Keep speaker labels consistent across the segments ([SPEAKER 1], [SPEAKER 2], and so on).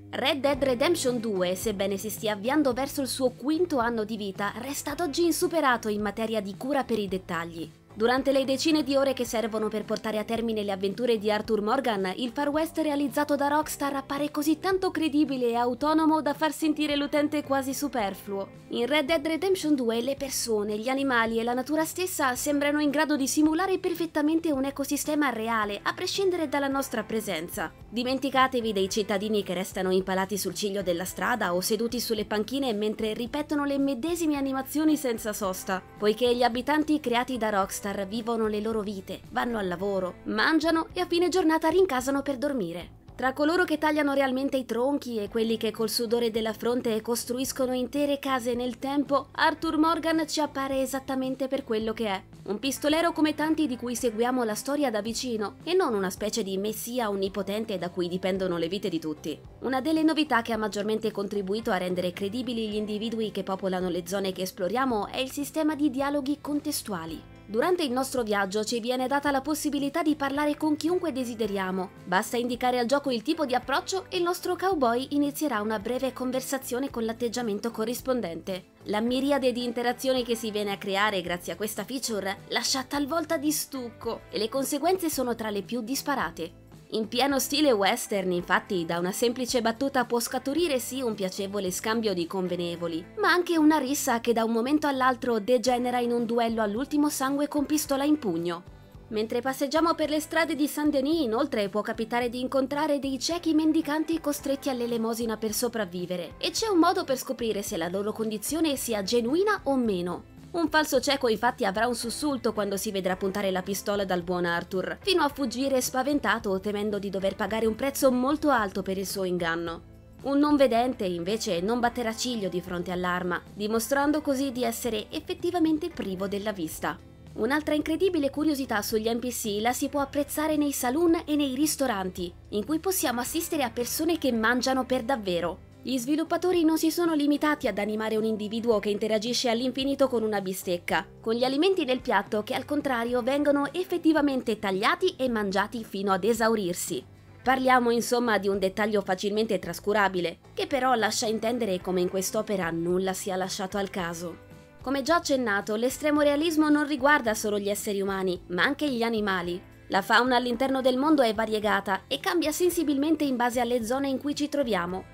[SPEAKER 1] Red Dead Redemption 2, sebbene si stia avviando verso il suo quinto anno di vita, resta ad oggi insuperato in materia di cura per i dettagli. Durante le decine di ore che servono per portare a termine le avventure di Arthur Morgan, il Far West realizzato da Rockstar appare così tanto credibile e autonomo da far sentire l'utente quasi superfluo. In Red Dead Redemption 2 le persone, gli animali e la natura stessa sembrano in grado di simulare perfettamente un ecosistema reale, a prescindere dalla nostra presenza. Dimenticatevi dei cittadini che restano impalati sul ciglio della strada o seduti sulle panchine mentre ripetono le medesime animazioni senza sosta, poiché gli abitanti creati da Rockstar vivono le loro vite, vanno al lavoro, mangiano e a fine giornata rincasano per dormire. Tra coloro che tagliano realmente i tronchi e quelli che col sudore della fronte costruiscono intere case nel tempo, Arthur Morgan ci appare esattamente per quello che è. Un pistolero come tanti di cui seguiamo la storia da vicino, e non una specie di messia onnipotente da cui dipendono le vite di tutti. Una delle novità che ha maggiormente contribuito a rendere credibili gli individui che popolano le zone che esploriamo è il sistema di dialoghi contestuali. Durante il nostro viaggio ci viene data la possibilità di parlare con chiunque desideriamo. Basta indicare al gioco il tipo di approccio e il nostro cowboy inizierà una breve conversazione con l'atteggiamento corrispondente. La miriade di interazioni che si viene a creare grazie a questa feature lascia talvolta di stucco e le conseguenze sono tra le più disparate. In pieno stile western, infatti, da una semplice battuta può scaturire sì un piacevole scambio di convenevoli, ma anche una rissa che da un momento all'altro degenera in un duello all'ultimo sangue con pistola in pugno. Mentre passeggiamo per le strade di Saint-Denis, inoltre, può capitare di incontrare dei ciechi mendicanti costretti all'elemosina per sopravvivere, e c'è un modo per scoprire se la loro condizione sia genuina o meno. Un falso cieco infatti avrà un sussulto quando si vedrà puntare la pistola dal buon Arthur, fino a fuggire spaventato temendo di dover pagare un prezzo molto alto per il suo inganno. Un non vedente invece non batterà ciglio di fronte all'arma, dimostrando così di essere effettivamente privo della vista. Un'altra incredibile curiosità sugli NPC la si può apprezzare nei saloon e nei ristoranti, in cui possiamo assistere a persone che mangiano per davvero. Gli sviluppatori non si sono limitati ad animare un individuo che interagisce all'infinito con una bistecca, con gli alimenti nel piatto che al contrario vengono effettivamente tagliati e mangiati fino ad esaurirsi. Parliamo insomma di un dettaglio facilmente trascurabile, che però lascia intendere come in quest'opera nulla sia lasciato al caso. Come già accennato, l'estremo realismo non riguarda solo gli esseri umani, ma anche gli animali. La fauna all'interno del mondo è variegata e cambia sensibilmente in base alle zone in cui ci troviamo.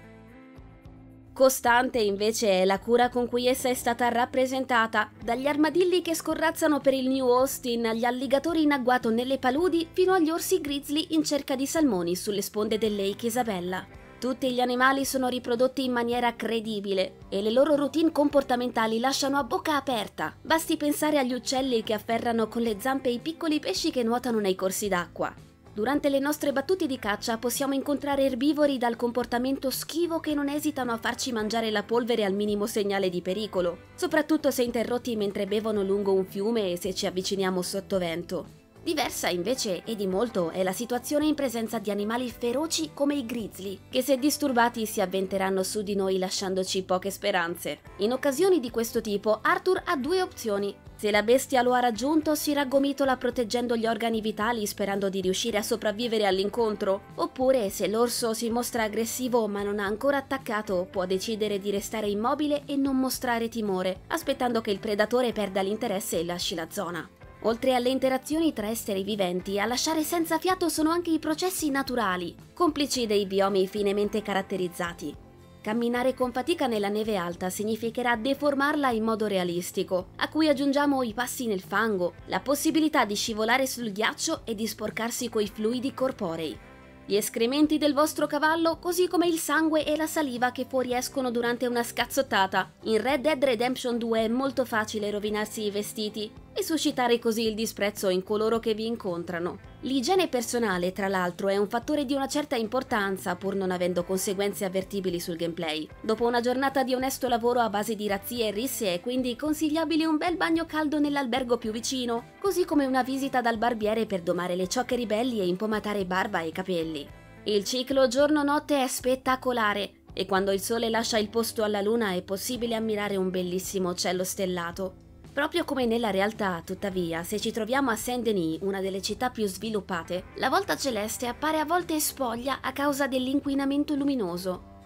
[SPEAKER 1] Costante invece è la cura con cui essa è stata rappresentata, dagli armadilli che scorrazzano per il New Austin agli alligatori in agguato nelle paludi fino agli orsi grizzly in cerca di salmoni sulle sponde del Lake Isabella. Tutti gli animali sono riprodotti in maniera credibile e le loro routine comportamentali lasciano a bocca aperta. Basti pensare agli uccelli che afferrano con le zampe i piccoli pesci che nuotano nei corsi d'acqua. Durante le nostre battute di caccia possiamo incontrare erbivori dal comportamento schivo che non esitano a farci mangiare la polvere al minimo segnale di pericolo, soprattutto se interrotti mentre bevono lungo un fiume e se ci avviciniamo sotto vento. Diversa invece, e di molto, è la situazione in presenza di animali feroci come i grizzly, che se disturbati si avventeranno su di noi lasciandoci poche speranze. In occasioni di questo tipo, Arthur ha due opzioni. Se la bestia lo ha raggiunto, si raggomitola proteggendo gli organi vitali sperando di riuscire a sopravvivere all'incontro, oppure se l'orso si mostra aggressivo ma non ha ancora attaccato, può decidere di restare immobile e non mostrare timore, aspettando che il predatore perda l'interesse e lasci la zona. Oltre alle interazioni tra esseri viventi, a lasciare senza fiato sono anche i processi naturali, complici dei biomi finemente caratterizzati. Camminare con fatica nella neve alta significherà deformarla in modo realistico, a cui aggiungiamo i passi nel fango, la possibilità di scivolare sul ghiaccio e di sporcarsi coi fluidi corporei. Gli escrementi del vostro cavallo, così come il sangue e la saliva che fuoriescono durante una scazzottata. In Red Dead Redemption 2 è molto facile rovinarsi i vestiti e suscitare così il disprezzo in coloro che vi incontrano. L'igiene personale, tra l'altro, è un fattore di una certa importanza, pur non avendo conseguenze avvertibili sul gameplay. Dopo una giornata di onesto lavoro a base di razzie e risse è quindi consigliabile un bel bagno caldo nell'albergo più vicino, così come una visita dal barbiere per domare le ciocche ribelli e impomatare barba e capelli. Il ciclo giorno-notte è spettacolare, e quando il sole lascia il posto alla luna è possibile ammirare un bellissimo cielo stellato. Proprio come nella realtà, tuttavia, se ci troviamo a Saint-Denis, una delle città più sviluppate, la volta celeste appare a volte spoglia a causa dell'inquinamento luminoso.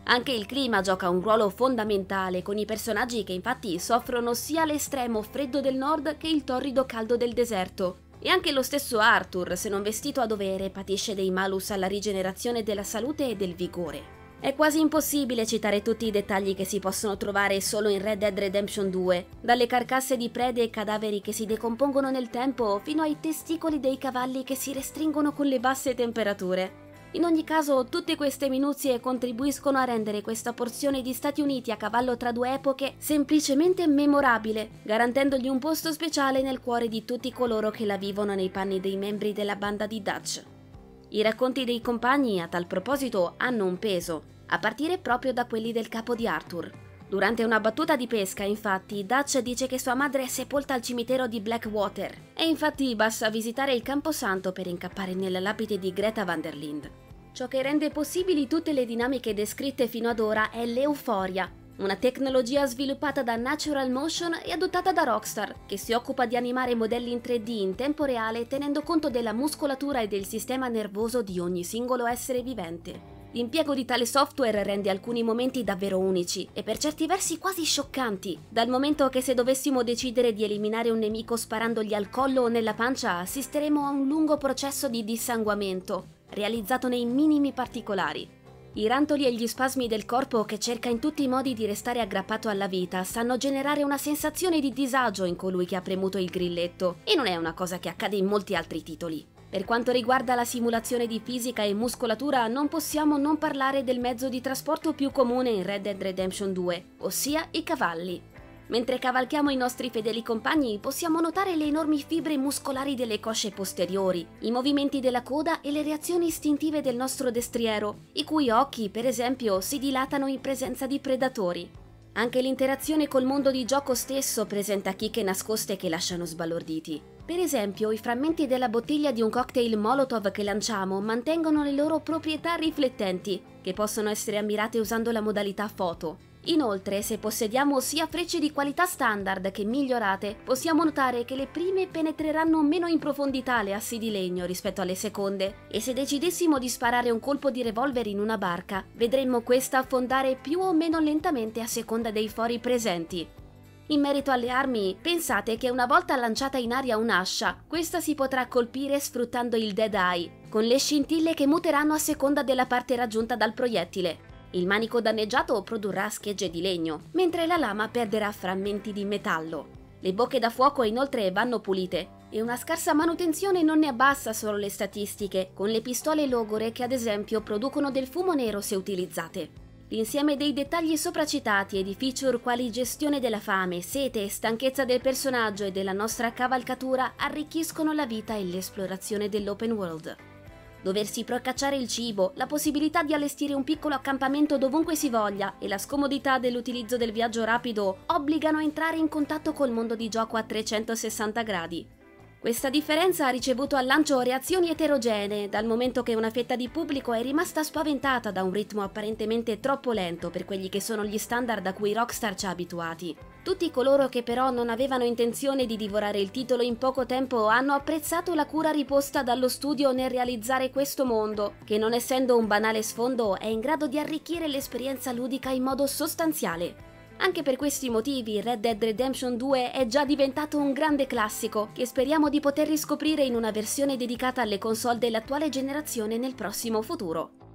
[SPEAKER 1] Anche il clima gioca un ruolo fondamentale, con i personaggi che infatti soffrono sia l'estremo freddo del nord che il torrido caldo del deserto. E anche lo stesso Arthur, se non vestito a dovere, patisce dei malus alla rigenerazione della salute e del vigore. È quasi impossibile citare tutti i dettagli che si possono trovare solo in Red Dead Redemption 2, dalle carcasse di prede e cadaveri che si decompongono nel tempo fino ai testicoli dei cavalli che si restringono con le basse temperature. In ogni caso, tutte queste minuzie contribuiscono a rendere questa porzione di Stati Uniti a cavallo tra due epoche semplicemente memorabile, garantendogli un posto speciale nel cuore di tutti coloro che la vivono nei panni dei membri della banda di Dutch. I racconti dei compagni, a tal proposito, hanno un peso, a partire proprio da quelli del capo di Arthur. Durante una battuta di pesca, infatti, Dutch dice che sua madre è sepolta al cimitero di Blackwater, e infatti basta visitare il camposanto per incappare nella lapide di Greta Van der Linde. Ciò che rende possibili tutte le dinamiche descritte fino ad ora è l'euforia, una tecnologia sviluppata da Natural Motion e adottata da Rockstar, che si occupa di animare modelli in 3D in tempo reale tenendo conto della muscolatura e del sistema nervoso di ogni singolo essere vivente. L'impiego di tale software rende alcuni momenti davvero unici e per certi versi quasi scioccanti, dal momento che se dovessimo decidere di eliminare un nemico sparandogli al collo o nella pancia, assisteremo a un lungo processo di dissanguamento, realizzato nei minimi particolari. I rantoli e gli spasmi del corpo, che cerca in tutti i modi di restare aggrappato alla vita, sanno generare una sensazione di disagio in colui che ha premuto il grilletto, e non è una cosa che accade in molti altri titoli. Per quanto riguarda la simulazione di fisica e muscolatura, non possiamo non parlare del mezzo di trasporto più comune in Red Dead Redemption 2, ossia i cavalli. Mentre cavalchiamo i nostri fedeli compagni, possiamo notare le enormi fibre muscolari delle cosce posteriori, i movimenti della coda e le reazioni istintive del nostro destriero, i cui occhi, per esempio, si dilatano in presenza di predatori. Anche l'interazione col mondo di gioco stesso presenta chicche nascoste che lasciano sbalorditi. Per esempio, i frammenti della bottiglia di un cocktail Molotov che lanciamo mantengono le loro proprietà riflettenti, che possono essere ammirate usando la modalità foto. Inoltre, se possediamo sia frecce di qualità standard che migliorate, possiamo notare che le prime penetreranno meno in profondità le assi di legno rispetto alle seconde, e se decidessimo di sparare un colpo di revolver in una barca, vedremmo questa affondare più o meno lentamente a seconda dei fori presenti. In merito alle armi, pensate che una volta lanciata in aria un'ascia, questa si potrà colpire sfruttando il Dead Eye, con le scintille che muteranno a seconda della parte raggiunta dal proiettile. Il manico danneggiato produrrà schegge di legno, mentre la lama perderà frammenti di metallo. Le bocche da fuoco inoltre vanno pulite, e una scarsa manutenzione non ne abbassa solo le statistiche, con le pistole logore che ad esempio producono del fumo nero se utilizzate. L'insieme dei dettagli sopracitati e di feature quali gestione della fame, sete e stanchezza del personaggio e della nostra cavalcatura arricchiscono la vita e l'esplorazione dell'open world. Doversi procacciare il cibo, la possibilità di allestire un piccolo accampamento dovunque si voglia e la scomodità dell'utilizzo del viaggio rapido obbligano a entrare in contatto col mondo di gioco a 360 gradi. Questa differenza ha ricevuto al lancio reazioni eterogenee, dal momento che una fetta di pubblico è rimasta spaventata da un ritmo apparentemente troppo lento per quelli che sono gli standard a cui Rockstar ci ha abituati. Tutti coloro che però non avevano intenzione di divorare il titolo in poco tempo hanno apprezzato la cura riposta dallo studio nel realizzare questo mondo, che non essendo un banale sfondo è in grado di arricchire l'esperienza ludica in modo sostanziale. Anche per questi motivi Red Dead Redemption 2 è già diventato un grande classico che speriamo di poter riscoprire in una versione dedicata alle console dell'attuale generazione nel prossimo futuro.